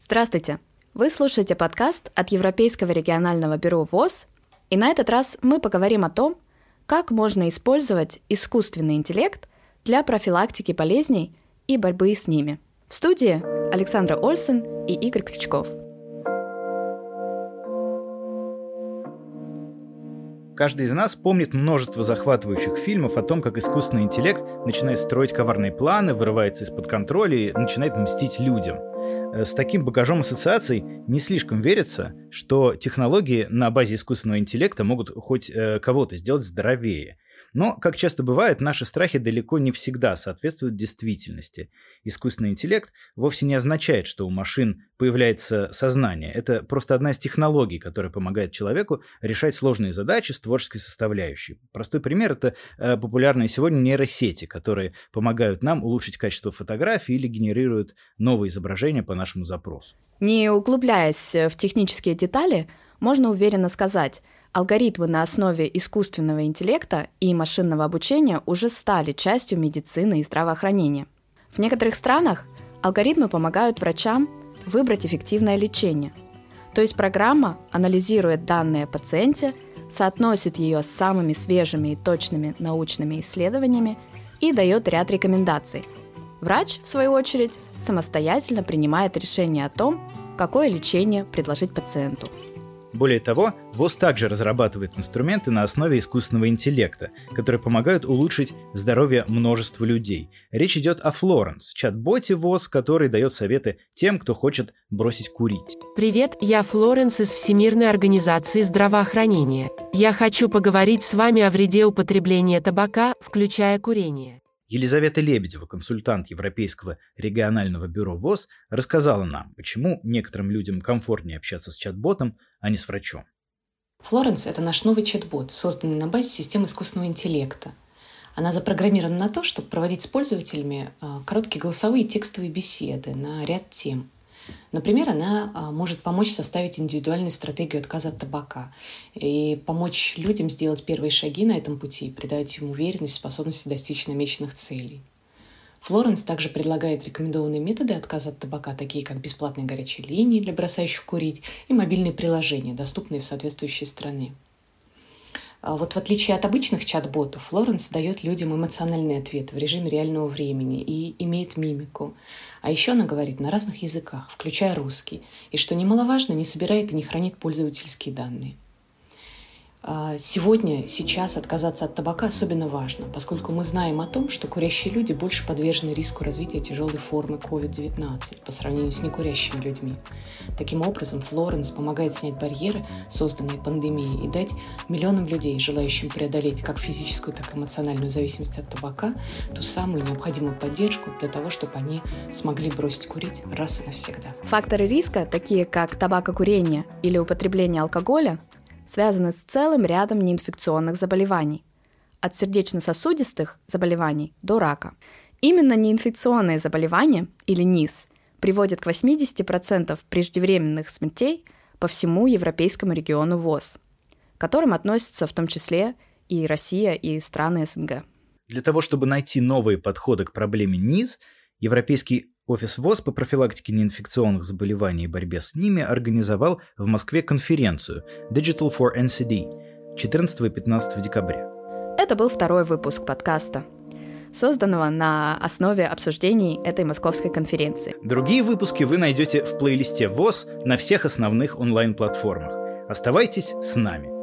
Здравствуйте! Вы слушаете подкаст от Европейского регионального бюро ВОС, и на этот раз мы поговорим о том, как можно использовать искусственный интеллект для профилактики болезней и борьбы с ними. В студии Александра Ольсен и Игорь Крючков. Каждый из нас помнит множество захватывающих фильмов о том, как искусственный интеллект начинает строить коварные планы, вырывается из-под контроля и начинает мстить людям. С таким багажом ассоциаций не слишком верится, что технологии на базе искусственного интеллекта могут хоть кого-то сделать здоровее. Но, как часто бывает, наши страхи далеко не всегда соответствуют действительности. Искусственный интеллект вовсе не означает, что у машин появляется сознание. Это просто одна из технологий, которая помогает человеку решать сложные задачи с творческой составляющей. Простой пример — это популярные сегодня нейросети, которые помогают нам улучшить качество фотографий или генерируют новые изображения по нашему запросу. Не углубляясь в технические детали, можно уверенно сказать, алгоритмы на основе искусственного интеллекта и машинного обучения уже стали частью медицины и здравоохранения. В некоторых странах алгоритмы помогают врачам выбрать эффективное лечение. То есть программа анализирует данные о пациенте, соотносит ее с самыми свежими и точными научными исследованиями и дает ряд рекомендаций. Врач, в свою очередь, самостоятельно принимает решение о том, какое лечение предложить пациенту. Более того, ВОС также разрабатывает инструменты на основе искусственного интеллекта, которые помогают улучшить здоровье множества людей. Речь идет о Флоренс, чат-боте ВОС, который дает советы тем, кто хочет бросить курить. Привет, я Флоренс из Всемирной организации здравоохранения. Я хочу поговорить с вами о вреде употребления табака, включая курение. Елизавета Лебедева, консультант Европейского регионального бюро ВОС, рассказала нам, почему некоторым людям комфортнее общаться с чат-ботом, а не с врачом. Флоренс – это наш новый чат-бот, созданный на базе системы искусственного интеллекта. Она запрограммирована на то, чтобы проводить с пользователями короткие голосовые и текстовые беседы на ряд тем. Например, она может помочь составить индивидуальную стратегию отказа от табака и помочь людям сделать первые шаги на этом пути, придать им уверенность в способности достичь намеченных целей. Флоренс также предлагает рекомендованные методы отказа от табака, такие как бесплатные горячие линии для бросающих курить и мобильные приложения, доступные в соответствующей стране. Вот в отличие от обычных чат-ботов, Флоренс дает людям эмоциональный ответ в режиме реального времени и имеет мимику. А еще она говорит на разных языках, включая русский, и, что немаловажно, не собирает и не хранит пользовательские данные. Сейчас отказаться от табака особенно важно, поскольку мы знаем о том, что курящие люди больше подвержены риску развития тяжелой формы COVID-19 по сравнению с некурящими людьми. Таким образом, Флоренс помогает снять барьеры, созданные пандемией, и дать миллионам людей, желающим преодолеть как физическую, так и эмоциональную зависимость от табака, ту самую необходимую поддержку для того, чтобы они смогли бросить курить раз и навсегда. Факторы риска, такие как табакокурение или употребление алкоголя, связаны с целым рядом неинфекционных заболеваний, от сердечно-сосудистых заболеваний до рака. Именно неинфекционные заболевания, или НИЗ, приводят к 80% преждевременных смертей по всему европейскому региону ВОС, к которым относятся в том числе и Россия, и страны СНГ. Для того, чтобы найти новые подходы к проблеме НИЗ, Европейский офис ВОС по профилактике неинфекционных заболеваний и борьбе с ними организовал в Москве конференцию Digital for NCD 14 и 15 декабря. Это был второй выпуск подкаста, созданного на основе обсуждений этой московской конференции. Другие выпуски вы найдете в плейлисте ВОС на всех основных онлайн-платформах. Оставайтесь с нами.